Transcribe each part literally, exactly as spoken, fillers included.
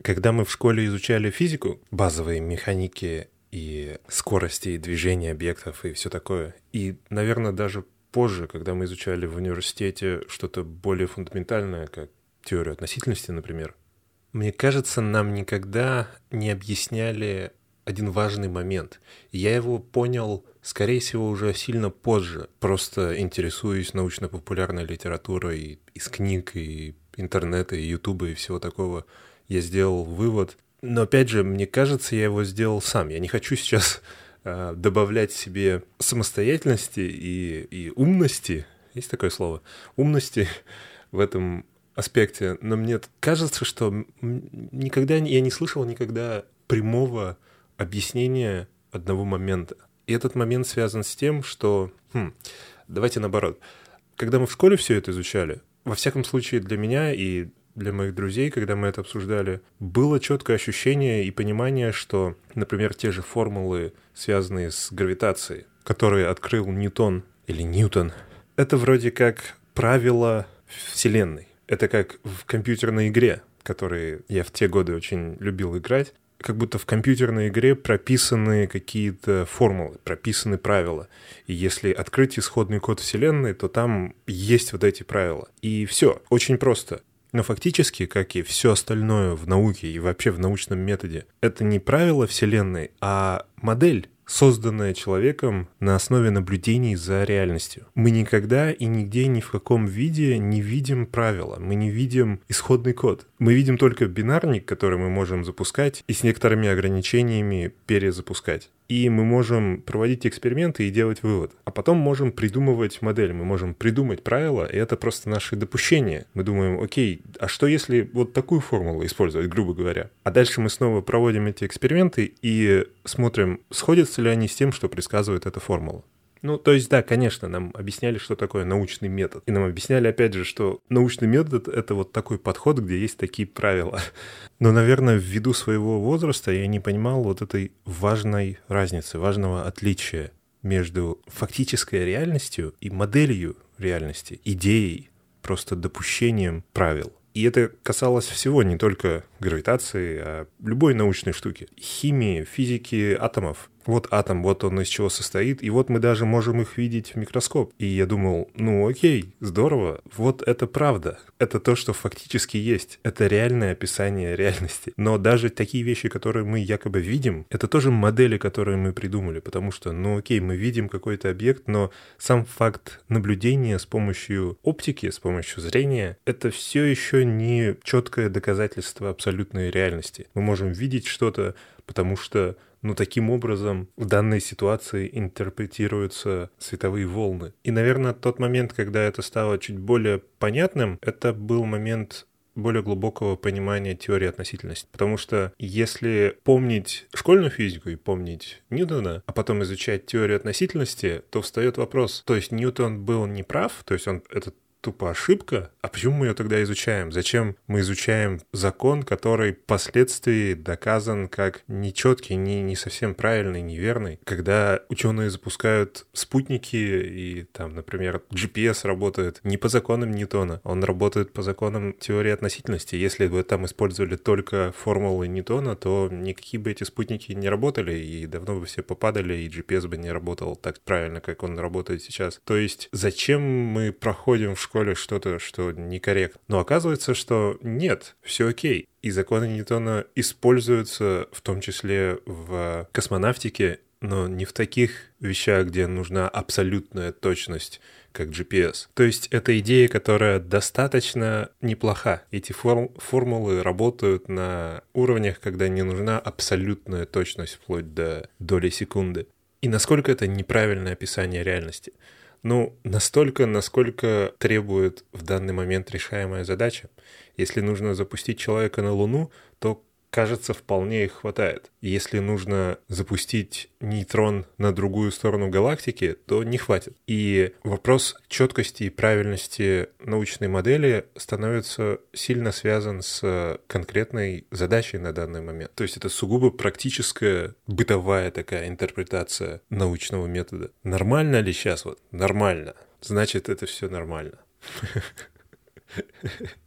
Когда мы в школе изучали физику, базовые механики и скорости, и движения объектов, и все такое, и, наверное, даже позже, когда мы изучали в университете что-то более фундаментальное, как теорию относительности, например, мне кажется, нам никогда не объясняли один важный момент. Я его понял, скорее всего, уже сильно позже, просто интересуюсь научно-популярной литературой из книг, и интернета, и ютуба, и всего такого. Я сделал вывод. Но, опять же, мне кажется, я его сделал сам. Я не хочу сейчас э, добавлять себе самостоятельности и, и умности, есть такое слово, умности в этом аспекте, но мне кажется, что никогда я не слышал никогда прямого объяснения одного момента. И этот момент связан с тем, что... Хм, давайте наоборот. Когда мы в школе все это изучали, во всяком случае для меня и для моих друзей, когда мы это обсуждали, было четкое ощущение и понимание, что, например, те же формулы, связанные с гравитацией, которые открыл Ньютон или Ньютон, это вроде как правила Вселенной. Это как в компьютерной игре, которые я в те годы очень любил играть. Как будто в компьютерной игре прописаны какие-то формулы, прописаны правила. И если открыть исходный код Вселенной, то там есть вот эти правила. И все, очень просто. Но фактически, как и все остальное в науке и вообще в научном методе, это не правила Вселенной, а модель, созданная человеком на основе наблюдений за реальностью. Мы никогда и нигде ни в каком виде не видим правила, мы не видим исходный код. Мы видим только бинарник, который мы можем запускать и с некоторыми ограничениями перезапускать. И мы можем проводить эксперименты и делать вывод. А потом можем придумывать модель, мы можем придумать правила, и это просто наши допущения. Мы думаем, окей, а что если вот такую формулу использовать, грубо говоря? А дальше мы снова проводим эти эксперименты и смотрим, сходятся ли они с тем, что предсказывает эта формула. Ну, то есть, да, конечно, нам объясняли, что такое научный метод. И нам объясняли, опять же, что научный метод — это вот такой подход, где есть такие правила. Но, наверное, ввиду своего возраста я не понимал вот этой важной разницы, важного отличия между фактической реальностью и моделью реальности, идеей, просто допущением правил. И это касалось всего, не только гравитации, а любой научной штуки. Химии, физики атомов. Вот атом, вот он из чего состоит, и вот мы даже можем их видеть в микроскоп. И я думал, ну окей, здорово, вот это правда. Это то, что фактически есть. Это реальное описание реальности. Но даже такие вещи, которые мы якобы видим, это тоже модели, которые мы придумали, потому что, ну окей, мы видим какой-то объект, но сам факт наблюдения с помощью оптики, с помощью зрения, это все еще не четкое доказательство абсолютной реальности. Мы можем видеть что-то, потому что но таким образом в данной ситуации интерпретируются световые волны. И, наверное, тот момент, когда это стало чуть более понятным, это был момент более глубокого понимания теории относительности. Потому что если помнить школьную физику и помнить Ньютона, а потом изучать теорию относительности, то встает вопрос, то есть Ньютон был неправ, то есть он этот тупо ошибка, а почему мы ее тогда изучаем? Зачем мы изучаем закон, который впоследствии доказан как нечеткий, не, не совсем правильный, неверный? Когда ученые запускают спутники и там, например, джи пи эс работает не по законам Ньютона, он работает по законам теории относительности. Если бы там использовали только формулы Ньютона, то никакие бы эти спутники не работали, и давно бы все попадали, и джи пи эс бы не работал так правильно, как он работает сейчас. То есть зачем мы проходим в школе школе что-то, что некорректно. Но оказывается, что нет, все окей. И законы Ньютона используются в том числе в космонавтике, но не в таких вещах, где нужна абсолютная точность, как джи пи эс. То есть это идея, которая достаточно неплоха. Эти форм- формулы работают на уровнях, когда не нужна абсолютная точность, вплоть до доли секунды. И насколько это неправильное описание реальности? Ну, настолько, насколько требует в данный момент решаемая задача. Если нужно запустить человека на Луну, то, кажется, вполне их хватает. Если нужно запустить нейтрон на другую сторону галактики, то не хватит. И вопрос четкости и правильности научной модели становится сильно связан с конкретной задачей на данный момент. То есть это сугубо практическая, бытовая такая интерпретация научного метода. Нормально ли сейчас? Вот нормально. Значит, это все нормально.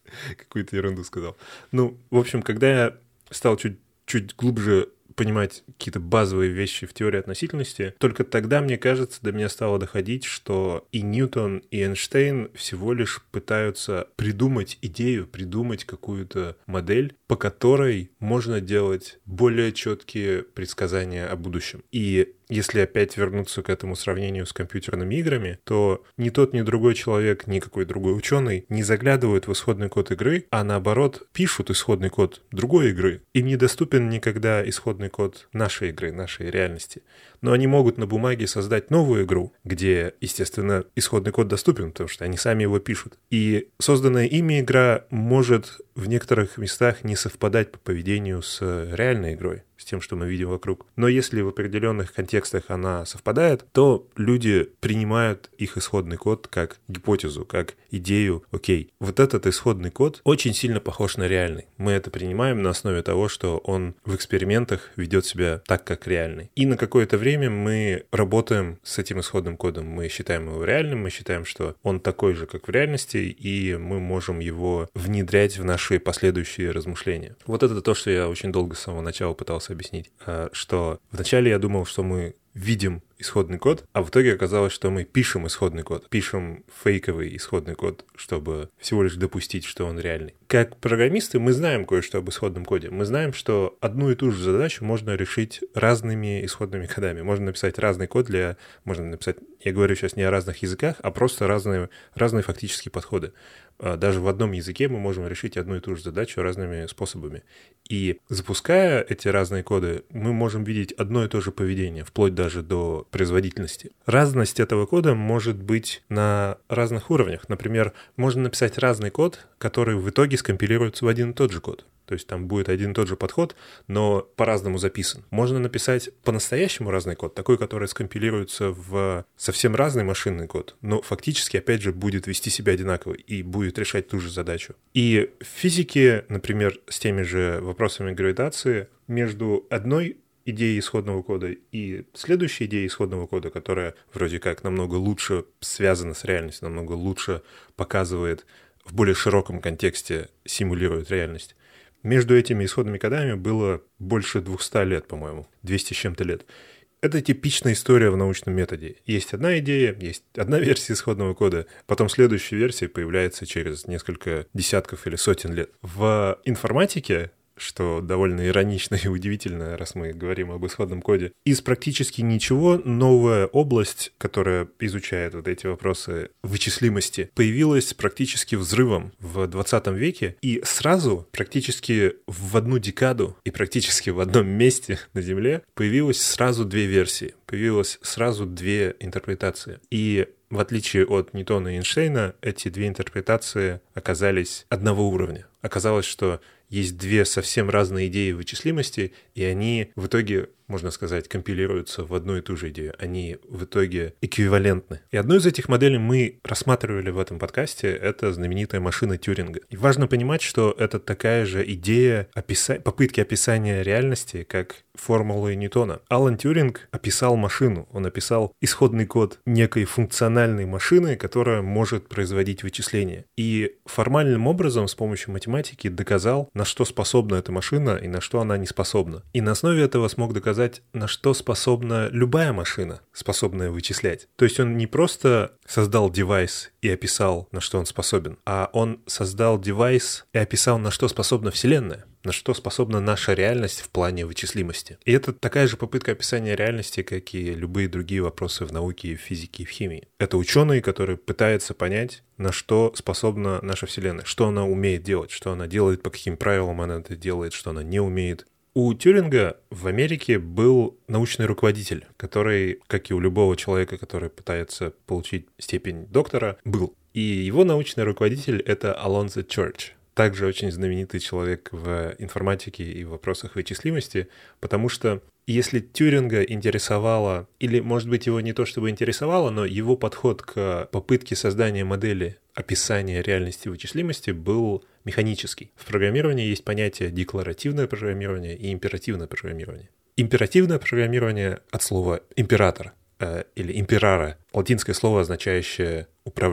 Какую-то ерунду сказал. Ну, в общем, когда я стал чуть, чуть глубже понимать какие-то базовые вещи в теории относительности, только тогда, мне кажется, до меня стало доходить, что и Ньютон, и Эйнштейн всего лишь пытаются придумать идею, придумать какую-то модель, по которой можно делать более четкие предсказания о будущем. И если опять вернуться к этому сравнению с компьютерными играми, то ни тот, ни другой человек, ни какой другой ученый не заглядывают в исходный код игры, а наоборот пишут исходный код другой игры. Им недоступен никогда исходный код нашей игры, нашей реальности. Но они могут на бумаге создать новую игру, где, естественно, исходный код доступен, потому что они сами его пишут. И созданная ими игра может в некоторых местах не совпадать по поведению с реальной игрой, с тем, что мы видим вокруг. Но если в определенных контекстах она совпадает, то люди принимают их исходный код как гипотезу, как идею. Окей, вот этот исходный код очень сильно похож на реальный. Мы это принимаем на основе того, что он в экспериментах ведет себя так, как реальный. И на какое-то время мы работаем с этим исходным кодом. Мы считаем его реальным, мы считаем, что он такой же, как в реальности, и мы можем его внедрять в наши последующие размышления. Вот это то, что я очень долго с самого начала пытался объяснить, что вначале я думал, что мы видим исходный код, а в итоге оказалось, что мы пишем исходный код, пишем фейковый исходный код, чтобы всего лишь допустить, что он реальный. Как программисты мы знаем кое-что об исходном коде. Мы знаем, что одну и ту же задачу можно решить разными исходными кодами. Можно написать разный код для... Можно написать... Я говорю сейчас не о разных языках, а просто разные, разные фактические подходы. Даже в одном языке мы можем решить одну и ту же задачу разными способами. И запуская эти разные коды, мы можем видеть одно и то же поведение, вплоть даже до производительности. Разность этого кода может быть на разных уровнях. Например, можно написать разный код, который в итоге скомпилируется в один и тот же код. То есть там будет один и тот же подход, но по-разному записан. Можно написать по-настоящему разный код, такой, который скомпилируется в совсем разный машинный код, но фактически, опять же, будет вести себя одинаково и будет решать ту же задачу. И в физике, например, с теми же вопросами гравитации, между одной идеей исходного кода и следующей идеей исходного кода, которая вроде как намного лучше связана с реальностью, намного лучше показывает, в более широком контексте симулирует реальность, между этими исходными кодами было больше двухсот лет, по-моему, двести с чем-то лет. Это типичная история в научном методе. Есть одна идея, есть одна версия исходного кода, потом следующая версия появляется через несколько десятков или сотен лет. В информатике, что довольно иронично и удивительно, раз мы говорим об исходном коде, из практически ничего новая область, которая изучает вот эти вопросы вычислимости, появилась практически взрывом в двадцатом веке, и сразу, практически в одну декаду и практически в одном месте на Земле появилось сразу две версии, появилось сразу две интерпретации. И в отличие от Ньютона и Эйнштейна, эти две интерпретации оказались одного уровня. Оказалось, что есть две совсем разные идеи вычислимости, и они в итоге, можно сказать, компилируются в одну и ту же идею. Они в итоге эквивалентны. И одну из этих моделей мы рассматривали в этом подкасте, это знаменитая машина Тьюринга. И важно понимать, что это такая же идея описа... попытки описания реальности, как формулы Ньютона. Алан Тьюринг описал машину, он описал исходный код некой функциональной машины, которая может производить вычисления. И формальным образом с помощью математики доказал, на что способна эта машина и на что она не способна. И на основе этого смог доказать, на что способна любая машина, способная вычислять. То есть он не просто создал девайс и описал, на что он способен, а он создал девайс и описал, на что способна Вселенная, на что способна наша реальность в плане вычислимости. И это такая же попытка описания реальности, как и любые другие вопросы в науке, в физике и в химии. Это ученый, который пытается понять, на что способна наша Вселенная, что она умеет делать, что она делает, по каким правилам она это делает, что она не умеет. У Тьюринга в Америке был научный руководитель, который, как и у любого человека, который пытается получить степень доктора, был. И его научный руководитель — это Алонзо Чёрч. Также очень знаменитый человек в информатике и в вопросах вычислимости, потому что если Тьюринга интересовало, или, может быть, его не то чтобы интересовало, но его подход к попытке создания модели описания реальности вычислимости был механический. В программировании есть понятие декларативное программирование и императивное программирование. Императивное программирование от слова «император» э, или «имперара», латинское слово, означающее «управлять».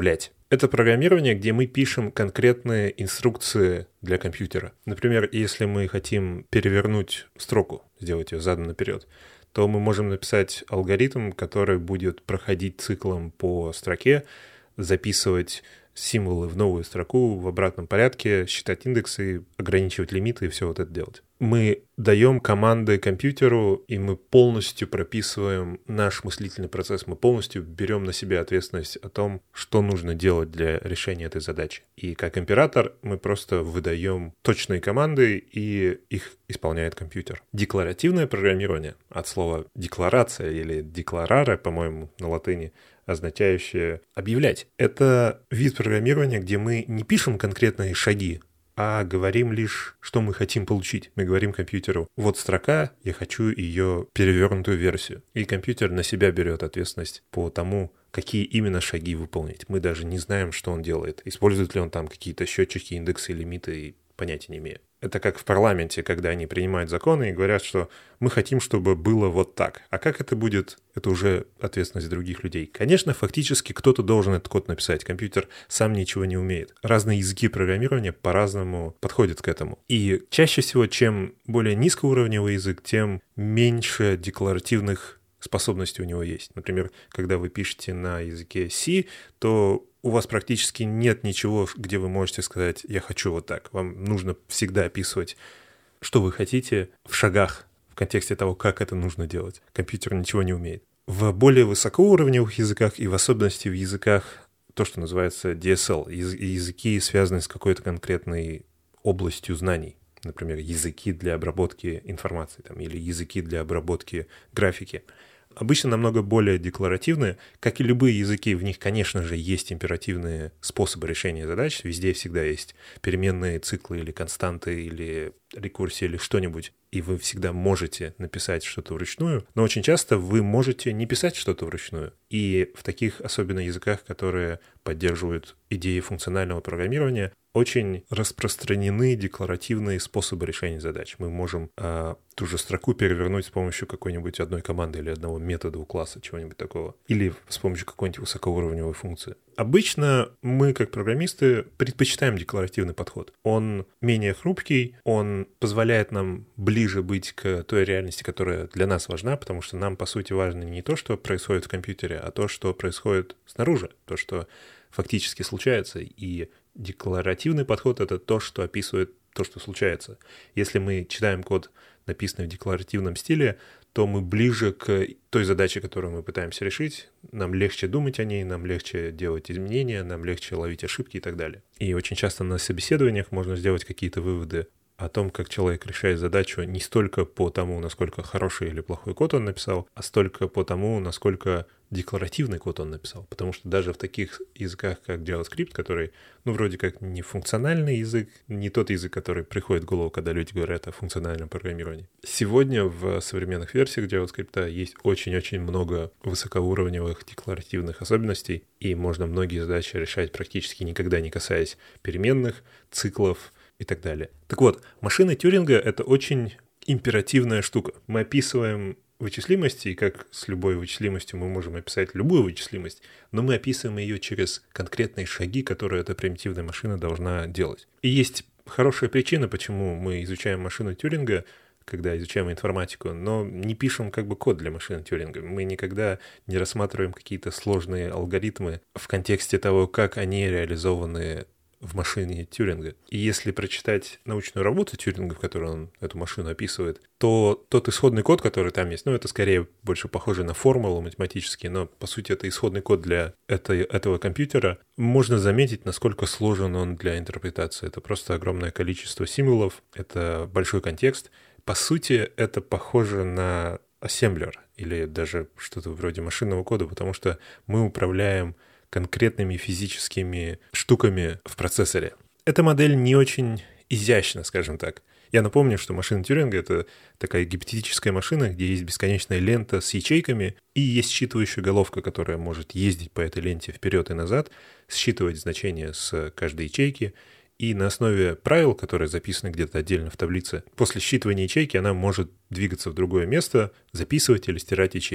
Это программирование, где мы пишем конкретные инструкции для компьютера. Например, если мы хотим перевернуть строку, сделать ее задом наперед, то мы можем написать алгоритм, который будет проходить циклом по строке, записывать символы в новую строку в обратном порядке, считать индексы, ограничивать лимиты и все вот это делать. Мы даем команды компьютеру, и мы полностью прописываем наш мыслительный процесс. Мы полностью берем на себя ответственность о том, что нужно делать для решения этой задачи. И как император мы просто выдаем точные команды, и их исполняет компьютер. Декларативное программирование, от слова декларация или декларare, по-моему, на латыни, означающее объявлять. Это вид программирования, где мы не пишем конкретные шаги, а говорим лишь, что мы хотим получить. Мы говорим компьютеру: вот строка, я хочу ее перевернутую версию. И компьютер на себя берет ответственность по тому, какие именно шаги выполнить. Мы даже не знаем, что он делает. Использует ли он там какие-то счетчики, индексы, лимиты, и понятия не имею. Это как в парламенте, когда они принимают законы и говорят, что мы хотим, чтобы было вот так. А как это будет, это уже ответственность других людей. Конечно, фактически кто-то должен этот код написать. Компьютер сам ничего не умеет. Разные языки программирования по-разному подходят к этому. И чаще всего, чем более низкоуровневый язык, тем меньше декларативных способностей у него есть. Например, когда вы пишете на языке C, то у вас практически нет ничего, где вы можете сказать: я хочу вот так. Вам нужно всегда описывать, что вы хотите в шагах, в контексте того, как это нужно делать. Компьютер ничего не умеет. В более высокоуровневых языках, и в особенности в языках, то, что называется ди эс эл, языки, связанные с какой-то конкретной областью знаний. Например, языки для обработки информации там, или языки для обработки графики. Обычно намного более декларативные. Как и любые языки, в них, конечно же, есть императивные способы решения задач. Везде всегда есть переменные циклы или константы, или рекурсии, или что-нибудь. И вы всегда можете написать что-то вручную. Но очень часто вы можете не писать что-то вручную. И в таких, особенно языках, которые поддерживают идеи функционального программирования, очень распространены декларативные способы решения задач. Мы можем э, ту же строку перевернуть с помощью какой-нибудь одной команды или одного метода у класса, чего-нибудь такого. Или с помощью какой-нибудь высокоуровневой функции. Обычно мы, как программисты, предпочитаем декларативный подход. Он менее хрупкий, он позволяет нам ближе быть к той реальности, которая для нас важна, потому что нам, по сути, важно не то, что происходит в компьютере, а то, что происходит снаружи, то, что фактически случается. И декларативный подход — это то, что описывает то, что случается. Если мы читаем код, написанный в декларативном стиле, то мы ближе к той задаче, которую мы пытаемся решить. Нам легче думать о ней, нам легче делать изменения, нам легче ловить ошибки и так далее. И очень часто на собеседованиях можно сделать какие-то выводы о том, как человек решает задачу не столько по тому, насколько хороший или плохой код он написал, а столько по тому, насколько декларативный код он написал. Потому что даже в таких языках, как JavaScript, который, ну, вроде как не функциональный язык, не тот язык, который приходит в голову, когда люди говорят о функциональном программировании. Сегодня в современных версиях JavaScript есть очень-очень много высокоуровневых декларативных особенностей, и можно многие задачи решать практически никогда не касаясь переменных, циклов и так далее. Так вот, машины Тьюринга — это очень императивная штука. Мы описываем вычислимость, и как с любой вычислимостью мы можем описать любую вычислимость, но мы описываем ее через конкретные шаги, которые эта примитивная машина должна делать. И есть хорошая причина, почему мы изучаем машину Тьюринга, когда изучаем информатику, но не пишем как бы код для машины Тьюринга. Мы никогда не рассматриваем какие-то сложные алгоритмы в контексте того, как они реализованы в машине Тьюринга. И если прочитать научную работу Тьюринга, в которой он эту машину описывает, то тот исходный код, который там есть, ну, это скорее больше похоже на формулы математические, но, по сути, это исходный код для этой, этого компьютера. Можно заметить, насколько сложен он для интерпретации. Это просто огромное количество символов, это большой контекст. По сути, это похоже на ассемблер или даже что-то вроде машинного кода, потому что мы управляем конкретными физическими штуками в процессоре. Эта модель не очень изящна, скажем так. Я напомню, что машина Тьюринга — это такая гипотетическая машина, где есть бесконечная лента с ячейками и есть считывающая головка, которая может ездить по этой ленте вперед и назад, считывать значения с каждой ячейки, и на основе правил, которые записаны где-то отдельно в таблице, после считывания ячейки она может двигаться в другое место, записывать или стирать ячейки.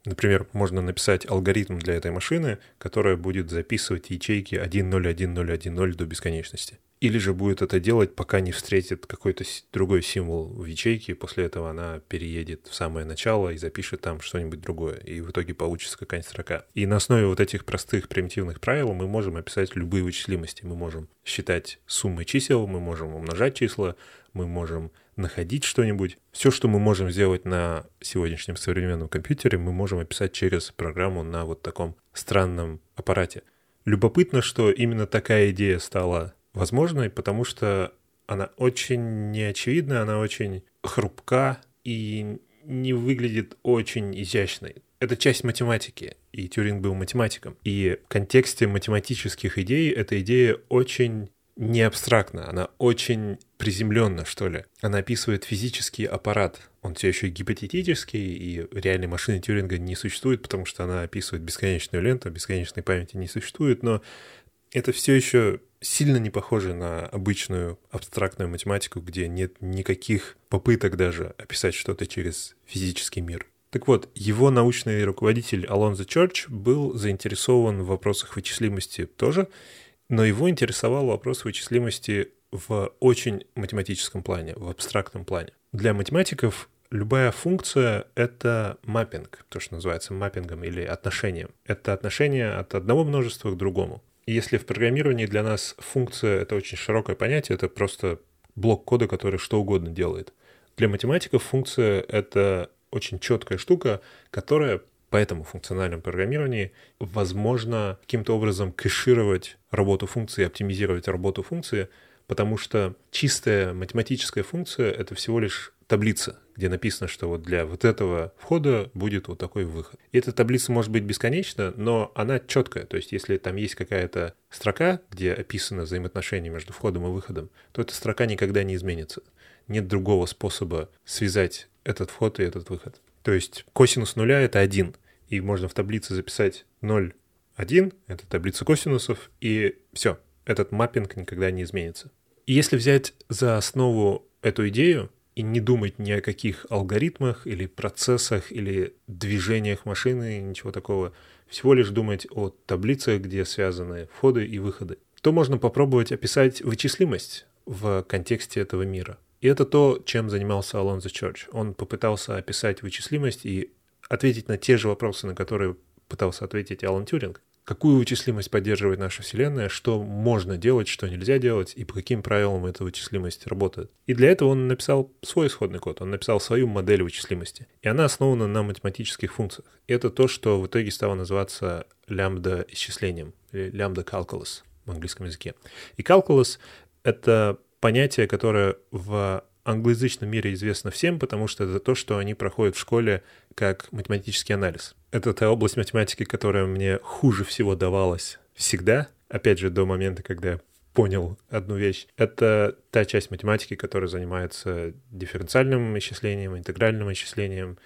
Например, можно написать алгоритм для этой машины, которая будет записывать ячейки один ноль один ноль один ноль до бесконечности. Или же будет это делать, пока не встретит какой-то другой символ в ячейке, и после этого она переедет в самое начало и запишет там что-нибудь другое, и в итоге получится какая-нибудь строка. И на основе вот этих простых примитивных правил мы можем описать любые вычислимости. Мы можем считать суммы чисел, мы можем умножать числа, мы можем находить что-нибудь. Все, что мы можем сделать на сегодняшнем современном компьютере, мы можем описать через программу на вот таком странном аппарате. Любопытно, что именно такая идея стала возможной, потому что она очень неочевидна, она очень хрупка и не выглядит очень изящной. Это часть математики, и Тьюринг был математиком. И в контексте математических идей эта идея очень не абстрактна, она очень приземленна, что ли. Она описывает физический аппарат. Он все еще гипотетический, и реальной машины Тьюринга не существует, потому что она описывает бесконечную ленту, бесконечной памяти не существует, но это все еще сильно не похоже на обычную абстрактную математику, где нет никаких попыток даже описать что-то через физический мир. Так вот, его научный руководитель Алонзо Чорч был заинтересован в вопросах вычислимости тоже, но его интересовал вопрос вычислимости в очень математическом плане, в абстрактном плане. Для математиков любая функция — это маппинг, то, что называется маппингом или отношением. Это отношение от одного множества к другому. И если в программировании для нас функция — это очень широкое понятие, это просто блок кода, который что угодно делает. Для математиков функция — это очень четкая штука, которая по этому функциональному программированию возможно каким-то образом кэшировать работу функции, оптимизировать работу функции, потому что чистая математическая функция — это всего лишь таблица, где написано, что вот для вот этого входа будет вот такой выход. И эта таблица может быть бесконечна, но она четкая. То есть если там есть какая-то строка, где описано взаимоотношение между входом и выходом, то эта строка никогда не изменится. Нет другого способа связать этот вход и этот выход. То есть косинус нуля — это один, и можно в таблице записать ноль, один, это таблица косинусов, и все, этот маппинг никогда не изменится. И если взять за основу эту идею и не думать ни о каких алгоритмах или процессах или движениях машины, ничего такого, всего лишь думать о таблицах, где связаны входы и выходы, то можно попробовать описать вычислимость в контексте этого мира. И это то, чем занимался Алонзо Чорч. Он попытался описать вычислимость и ответить на те же вопросы, на которые пытался ответить Алан Тьюринг. Какую вычислимость поддерживает наша Вселенная, что можно делать, что нельзя делать, и по каким правилам эта вычислимость работает. И для этого он написал свой исходный код, он написал свою модель вычислимости. И она основана на математических функциях. И это то, что в итоге стало называться лямбда-исчислением, или лямбда-calculus в английском языке. И calculus — это понятие, которое в англоязычном мире известно всем, потому что это то, что они проходят в школе как математический анализ. Это та область математики, которая мне хуже всего давалась всегда, опять же, до момента, когда я понял одну вещь. Это та часть математики, которая занимается дифференциальным исчислением, интегральным исчислением.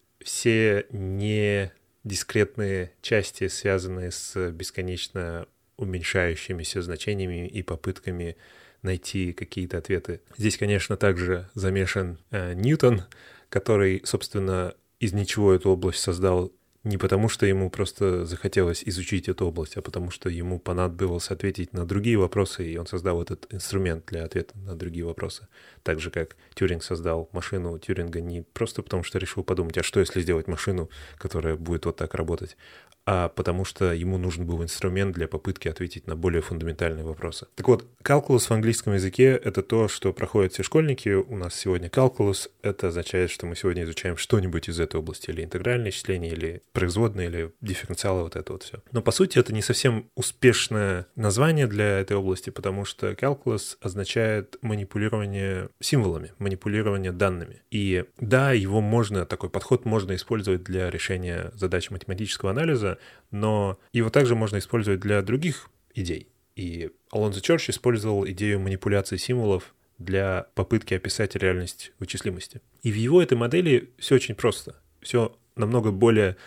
Все недискретные части, связанные с бесконечно уменьшающимися значениями и попытками найти какие-то ответы. Здесь, конечно, также замешан э, Ньютон, который, собственно, из ничего эту область создал не потому, что ему просто захотелось изучить эту область, а потому что ему понадобилось ответить на другие вопросы, и он создал этот инструмент для ответа на другие вопросы. Так же, как Тьюринг создал машину Тьюринга не просто потому, что решил подумать, а что если сделать машину, которая будет вот так работать, а потому что ему нужен был инструмент для попытки ответить на более фундаментальные вопросы. Так вот, calculus в английском языке — это то, что проходят все школьники. У нас сегодня calculus. Это означает, что мы сегодня изучаем что-нибудь из этой области, или интегральное исчисление, или производные, или дифференциалы, вот это вот все. Но, по сути, это не совсем успешное название для этой области, потому что calculus означает манипулирование символами, манипулирование данными. И да, его можно, такой подход можно использовать для решения задач математического анализа, но его также можно использовать для других идей. И Алонзо Чорч использовал идею манипуляции символов для попытки описать реальность вычислимости. И в его этой модели все очень просто. Все намного более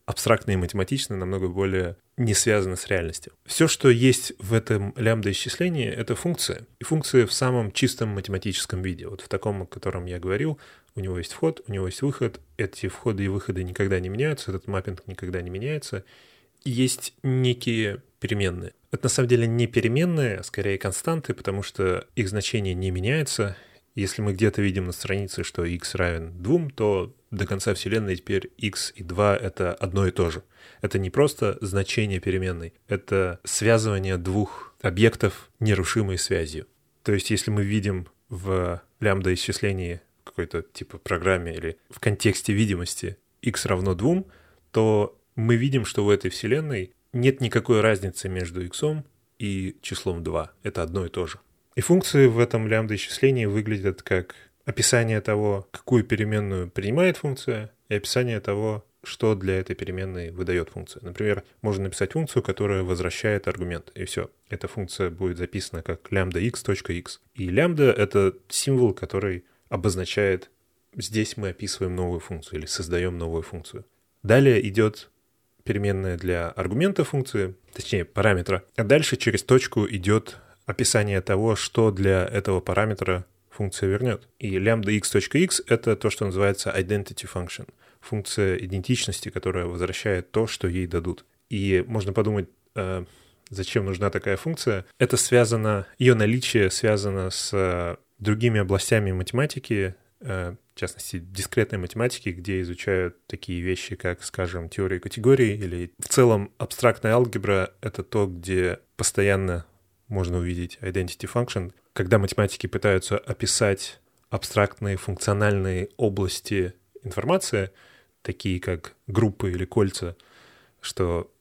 абстрактно и математично, намного более не связано с реальностью. Все, что есть в этом лямбда-исчислении, это функция. И функции в самом чистом математическом виде. Вот в таком, о котором я говорил, у него есть вход, у него есть выход. Эти входы и выходы никогда не меняются, этот маппинг никогда не меняется. И есть некие переменные. Это на самом деле не переменные, а скорее константы, потому что их значение не меняется. Если мы где-то видим на странице, что x равен двум, то до конца Вселенной теперь x и два — это одно и то же. Это не просто значение переменной, это связывание двух объектов нерушимой связью. То есть если мы видим в лямбда-исчислении какой-то типа программе или в контексте видимости x равно двум, то мы видим, что в этой Вселенной нет никакой разницы между x и числом два. Это одно и то же. И функции в этом лямбда-исчислении выглядят как описание того, какую переменную принимает функция, и описание того, что для этой переменной выдает функция. Например, можно написать функцию, которая возвращает аргумент, и все. Эта функция будет записана как lambda_x.x. И лямбда — это символ, который обозначает, здесь мы описываем новую функцию или создаем новую функцию. Далее идет переменная для аргумента функции, точнее параметра, а дальше через точку идет описание того, что для этого параметра функция вернет. И lambda_x.x — это то, что называется identity function, функция идентичности, которая возвращает то, что ей дадут. И можно подумать, э, зачем нужна такая функция. Это связано, ее наличие связано с другими областями математики, э, в частности, дискретной математики, где изучают такие вещи, как, скажем, теория категорий, или в целом абстрактная алгебра — это то, где постоянно можно увидеть identity function, когда математики пытаются описать абстрактные функциональные области информации, такие как группы или кольца, что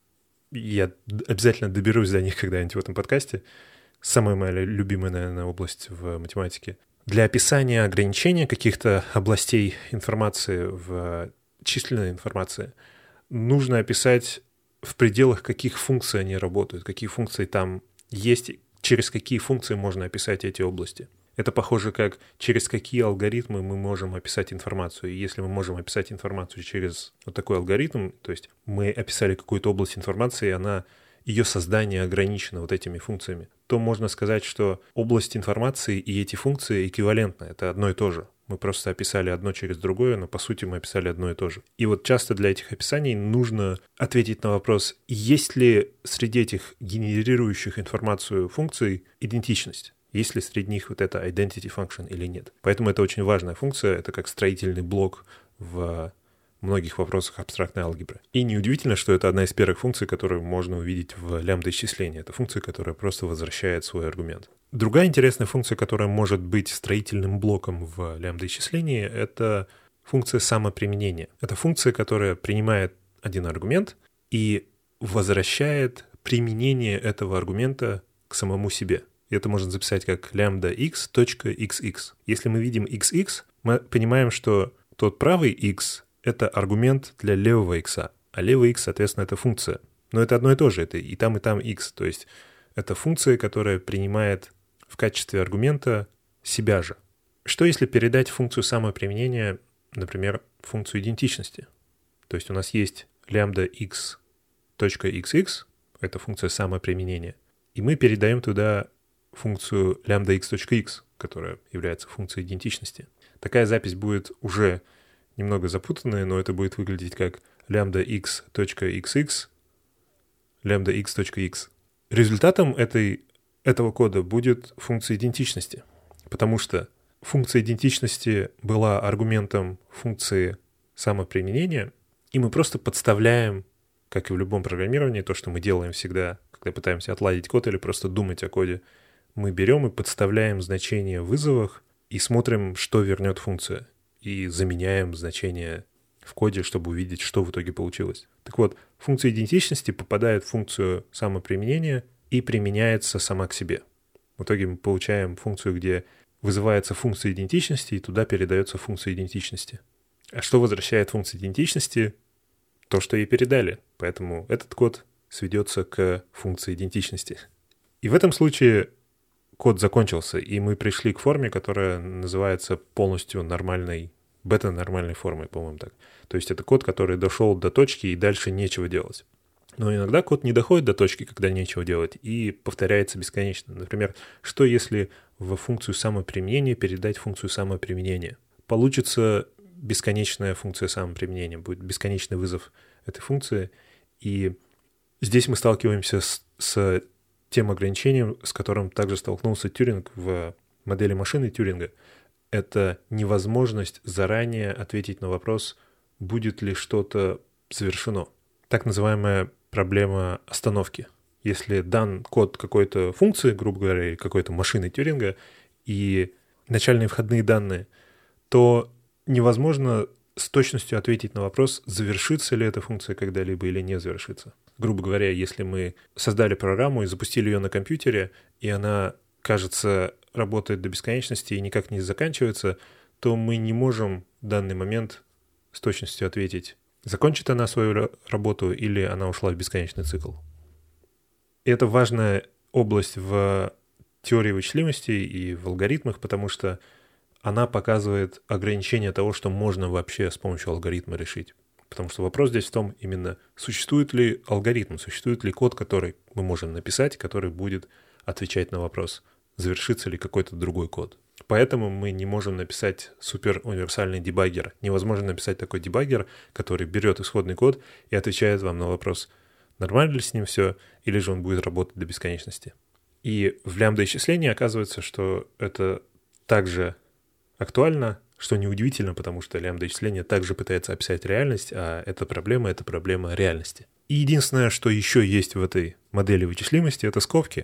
я обязательно доберусь до них когда-нибудь в этом подкасте. Самая моя любимая, наверное, область в математике. Для описания ограничения каких-то областей информации в численной информации нужно описать, в пределах каких функций они работают, какие функции там есть, через какие функции можно описать эти области. Это похоже, как через какие алгоритмы мы можем описать информацию. И если мы можем описать информацию через вот такой алгоритм, то есть мы описали какую-то область информации, и она, ее создание ограничено вот этими функциями, то можно сказать, что область информации и эти функции эквивалентны. Это одно и то же. Мы просто описали одно через другое, но по сути мы описали одно и то же. И вот часто для этих описаний нужно ответить на вопрос, есть ли среди этих генерирующих информацию функций идентичность? Есть ли среди них вот это identity function или нет? Поэтому это очень важная функция, это как строительный блок в многих вопросах абстрактной алгебры. И неудивительно, что это одна из первых функций, которую можно увидеть в лямбда-исчислении. Это функция, которая просто возвращает свой аргумент. Другая интересная функция, которая может быть строительным блоком в лямбда-исчислении, это функция самоприменения. Это функция, которая принимает один аргумент и возвращает применение этого аргумента к самому себе. И это можно записать как lambda_x.xx. Если мы видим xx, мы понимаем, что тот правый x — это аргумент для левого x, а левый x, соответственно, это функция. Но это одно и то же, это и там, и там x. То есть это функция, которая принимает в качестве аргумента себя же. Что если передать функцию самоприменения, например, функцию идентичности? То есть у нас есть lambda_x.xx, это функция самоприменения, и мы передаем туда функцию lambda_x.x, которая является функцией идентичности. Такая запись будет уже немного запутанная, но это будет выглядеть как lambda_x.xx, lambda_x.x. Результатом этой, этого кода будет функция идентичности, потому что функция идентичности была аргументом функции самоприменения, и мы просто подставляем, как и в любом программировании, то, что мы делаем всегда, когда пытаемся отладить код или просто думать о коде, мы берем и подставляем значение в вызовах и смотрим, что вернет функция, и заменяем значение в коде, чтобы увидеть, что в итоге получилось. Так вот, функция идентичности попадает в функцию самоприменения и применяется сама к себе. В итоге мы получаем функцию, где вызывается функция идентичности, и туда передается функция идентичности. А что возвращает функция идентичности? То, что ей передали. Поэтому этот код сведется к функции идентичности. И в этом случае код закончился, и мы пришли к форме, которая называется полностью нормальной бета-нормальной формой, по-моему, так. То есть это код, который дошел до точки, и дальше нечего делать. Но иногда код не доходит до точки, когда нечего делать, и повторяется бесконечно. Например, что если в функцию самоприменения передать функцию самоприменения? Получится бесконечная функция самоприменения, будет бесконечный вызов этой функции. И здесь мы сталкиваемся с, с тем ограничением, с которым также столкнулся Тьюринг в модели машины Тьюринга. Это невозможность заранее ответить на вопрос, будет ли что-то совершено. Так называемая проблема остановки. Если дан код какой-то функции, грубо говоря, или какой-то машины Тьюринга, и начальные входные данные, то невозможно с точностью ответить на вопрос, завершится ли эта функция когда-либо или не завершится. Грубо говоря, если мы создали программу и запустили ее на компьютере, и она, кажется, работает до бесконечности и никак не заканчивается, то мы не можем в данный момент с точностью ответить, закончит она свою работу или она ушла в бесконечный цикл. И это важная область в теории вычислимости и в алгоритмах, потому что она показывает ограничение того, что можно вообще с помощью алгоритма решить. Потому что вопрос здесь в том именно, существует ли алгоритм, существует ли код, который мы можем написать, который будет отвечать на вопрос, завершится ли какой-то другой код. Поэтому мы не можем написать супер универсальный дебаггер. Невозможно написать такой дебаггер, который берет исходный код и отвечает вам на вопрос, нормально ли с ним все, или же он будет работать до бесконечности. И в лямбда-исчислении оказывается, что это также актуально, что неудивительно, потому что лямбда-исчисление также пытается описать реальность, а эта проблема — это проблема реальности. И единственное, что еще есть в этой модели вычислимости, это скобки.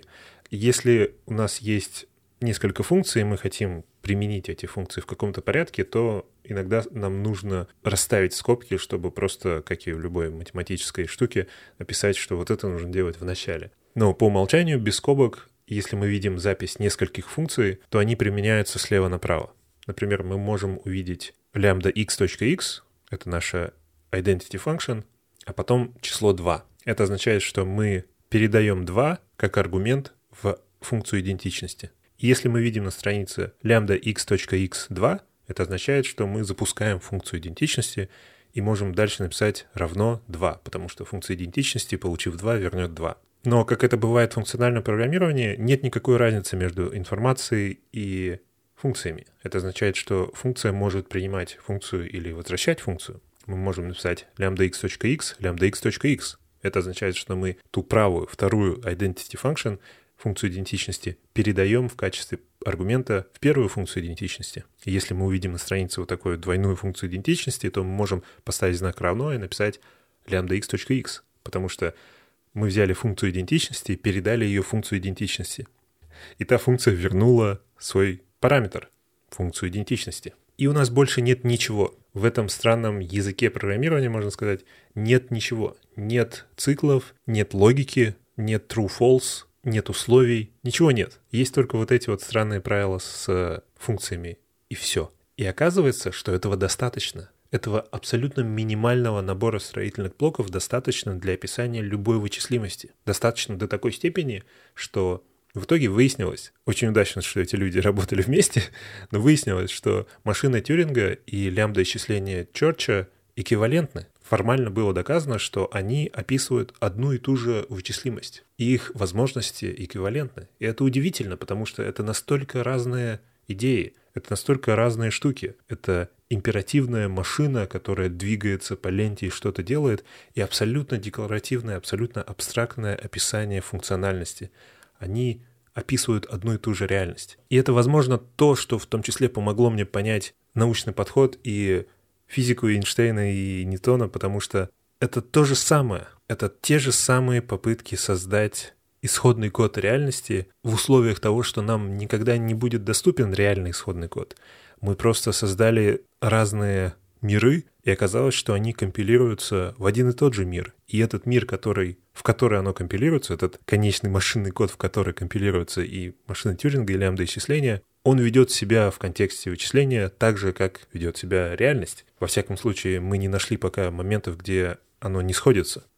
Если у нас есть несколько функций, и мы хотим применить эти функции в каком-то порядке, то иногда нам нужно расставить скобки, чтобы просто, как и в любой математической штуке, описать, что вот это нужно делать в начале. Но по умолчанию без скобок, если мы видим запись нескольких функций, то они применяются слева направо. Например, мы можем увидеть lambda x.x, это наша identity function, а потом число два. Это означает, что мы передаем два как аргумент в функцию идентичности. И если мы видим на странице lambda x.x два, это означает, что мы запускаем функцию идентичности и можем дальше написать равно два, потому что функция идентичности, получив два, вернет два. Но, как это бывает в функциональном программировании, нет никакой разницы между информацией и функциями. Это означает, что функция может принимать функцию или возвращать функцию. Мы можем написать lambda x.x, lambda x.x. Это означает, что мы ту правую, вторую identity function, функцию идентичности, передаем в качестве аргумента в первую функцию идентичности. И если мы увидим на странице вот такую двойную функцию идентичности, то мы можем поставить знак равно и написать lambda x.x, потому что мы взяли функцию идентичности и передали ее функцию идентичности. И та функция вернула свой параметр, функцию идентичности. И у нас больше нет ничего. В этом странном языке программирования, можно сказать, нет ничего. Нет циклов, нет логики, нет true-false, нет условий, ничего нет. Есть только вот эти вот странные правила с функциями, и все. И оказывается, что этого достаточно. Этого абсолютно минимального набора строительных блоков достаточно для описания любой вычислимости. Достаточно до такой степени, что в итоге выяснилось, очень удачно, что эти люди работали вместе, но выяснилось, что машина Тьюринга и лямбда-исчисление Чорча эквивалентны. Формально было доказано, что они описывают одну и ту же вычислимость, и их возможности эквивалентны. И это удивительно, потому что это настолько разные идеи, это настолько разные штуки. Это императивная машина, которая двигается по ленте и что-то делает, и абсолютно декларативное, абсолютно абстрактное описание функциональности. Они описывают одну и ту же реальность. И это, возможно, то, что в том числе помогло мне понять научный подход и физику Эйнштейна и Ньютона, потому что это то же самое. Это те же самые попытки создать исходный код реальности в условиях того, что нам никогда не будет доступен реальный исходный код. Мы просто создали разные миры, и оказалось, что они компилируются в один и тот же мир. И этот мир, который, в который оно компилируется, этот конечный машинный код, в который компилируется и машина Тьюринга, и лямбда-исчисления, он ведет себя в контексте вычисления так же, как ведет себя реальность. Во всяком случае, мы не нашли пока моментов, где оно не сходится.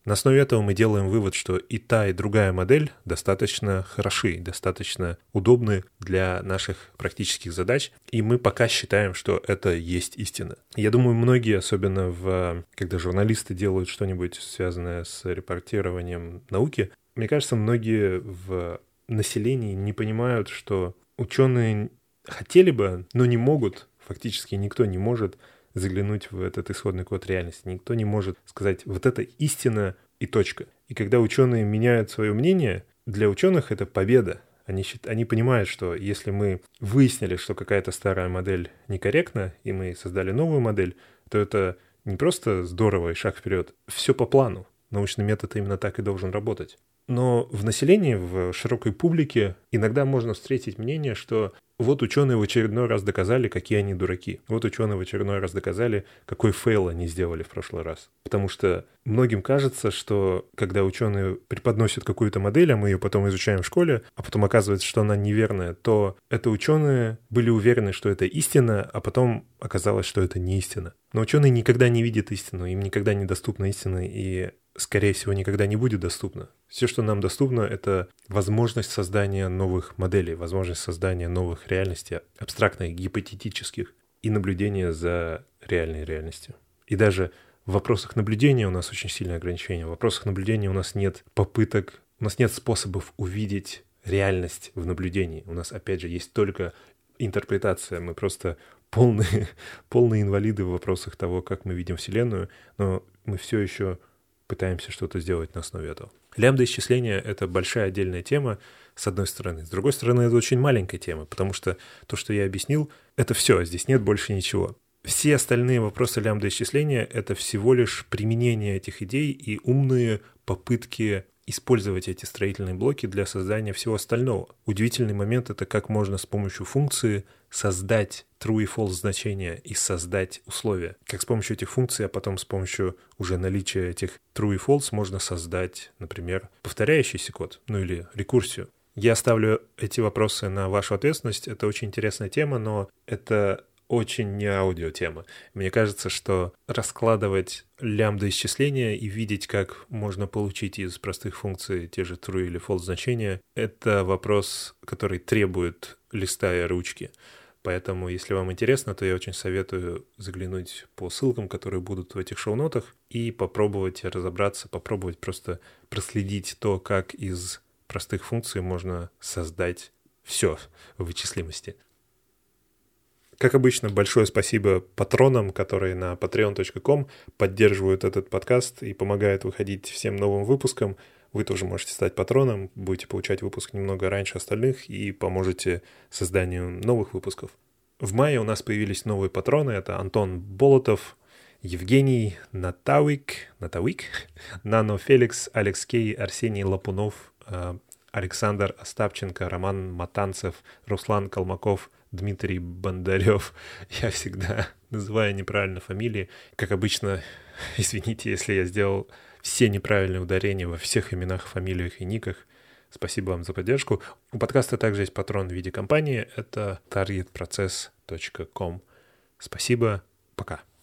На основе этого мы делаем вывод, что и та, и другая модель достаточно хороши, достаточно удобны для наших практических задач, и мы пока считаем, что это есть истина. Я думаю, многие, особенно в, когда журналисты делают что-нибудь связанное с репортированием науки, мне кажется, многие в населении не понимают, что ученые хотели бы, но не могут, фактически никто не может заглянуть в этот исходный код реальности. Никто не может сказать, вот это истина и точка. И когда ученые меняют свое мнение, для ученых это победа. Они, счит... Они понимают, что если мы выяснили, что какая-то старая модель некорректна, и мы создали новую модель, то это не просто здорово и шаг вперед. Все по плану. Научный метод именно так и должен работать. Но в населении, в широкой публике иногда можно встретить мнение, что вот ученые в очередной раз доказали, какие они дураки. Вот ученые в очередной раз доказали, какой фейл они сделали в прошлый раз. Потому что многим кажется, что когда ученые преподносят какую-то модель, а мы ее потом изучаем в школе, а потом оказывается, что она неверная, то это ученые были уверены, что это истина, а потом оказалось, что это не истина. Но ученые никогда не видят истину, им никогда не доступна истина, и скорее всего, никогда не будет доступно. Все, что нам доступно, это возможность создания новых моделей, возможность создания новых реальностей, абстрактных, гипотетических, и наблюдения за реальной реальностью. И даже в вопросах наблюдения у нас очень сильное ограничение. В вопросах наблюдения у нас нет попыток, у нас нет способов увидеть реальность в наблюдении. У нас, опять же, есть только интерпретация. Мы просто полные, полные инвалиды в вопросах того, как мы видим Вселенную, но мы все еще пытаемся что-то сделать на основе этого. Лямбда-исчисление — это большая отдельная тема, с одной стороны. С другой стороны, это очень маленькая тема, потому что то, что я объяснил, это все, здесь нет больше ничего. Все остальные вопросы лямбда-исчисления — это всего лишь применение этих идей и умные попытки использовать эти строительные блоки для создания всего остального. Удивительный момент — это как можно с помощью функции создать true и false значения и создать условия. Как с помощью этих функций, а потом с помощью уже наличия этих true и false можно создать, например, повторяющийся код, ну или рекурсию. Я оставлю эти вопросы на вашу ответственность. Это очень интересная тема, но это очень не аудиотема. Мне кажется, что раскладывать лямбда-исчисления и видеть, как можно получить из простых функций те же true или false значения, это вопрос, который требует листа и ручки. Поэтому, если вам интересно, то я очень советую заглянуть по ссылкам, которые будут в этих шоу-нотах, и попробовать разобраться, попробовать просто проследить то, как из простых функций можно создать все в вычислимости. Как обычно, большое спасибо патронам, которые на patreon точка com поддерживают этот подкаст и помогают выходить всем новым выпускам. Вы тоже можете стать патроном, будете получать выпуск немного раньше остальных и поможете созданию новых выпусков. В мае у нас появились новые патроны. Это Антон Болотов, Евгений Натауик, Натауик, Нано Феликс, Алекс Кей, Арсений Лапунов, Александр Остапченко, Роман Матанцев, Руслан Колмаков, Дмитрий Бондарев. Я всегда называю неправильно фамилии. Как обычно, извините, если я сделал все неправильные ударения во всех именах, фамилиях и никах. Спасибо вам за поддержку. У подкаста также есть патрон в виде компании. Это таргет процесс точка ком. Спасибо. Пока.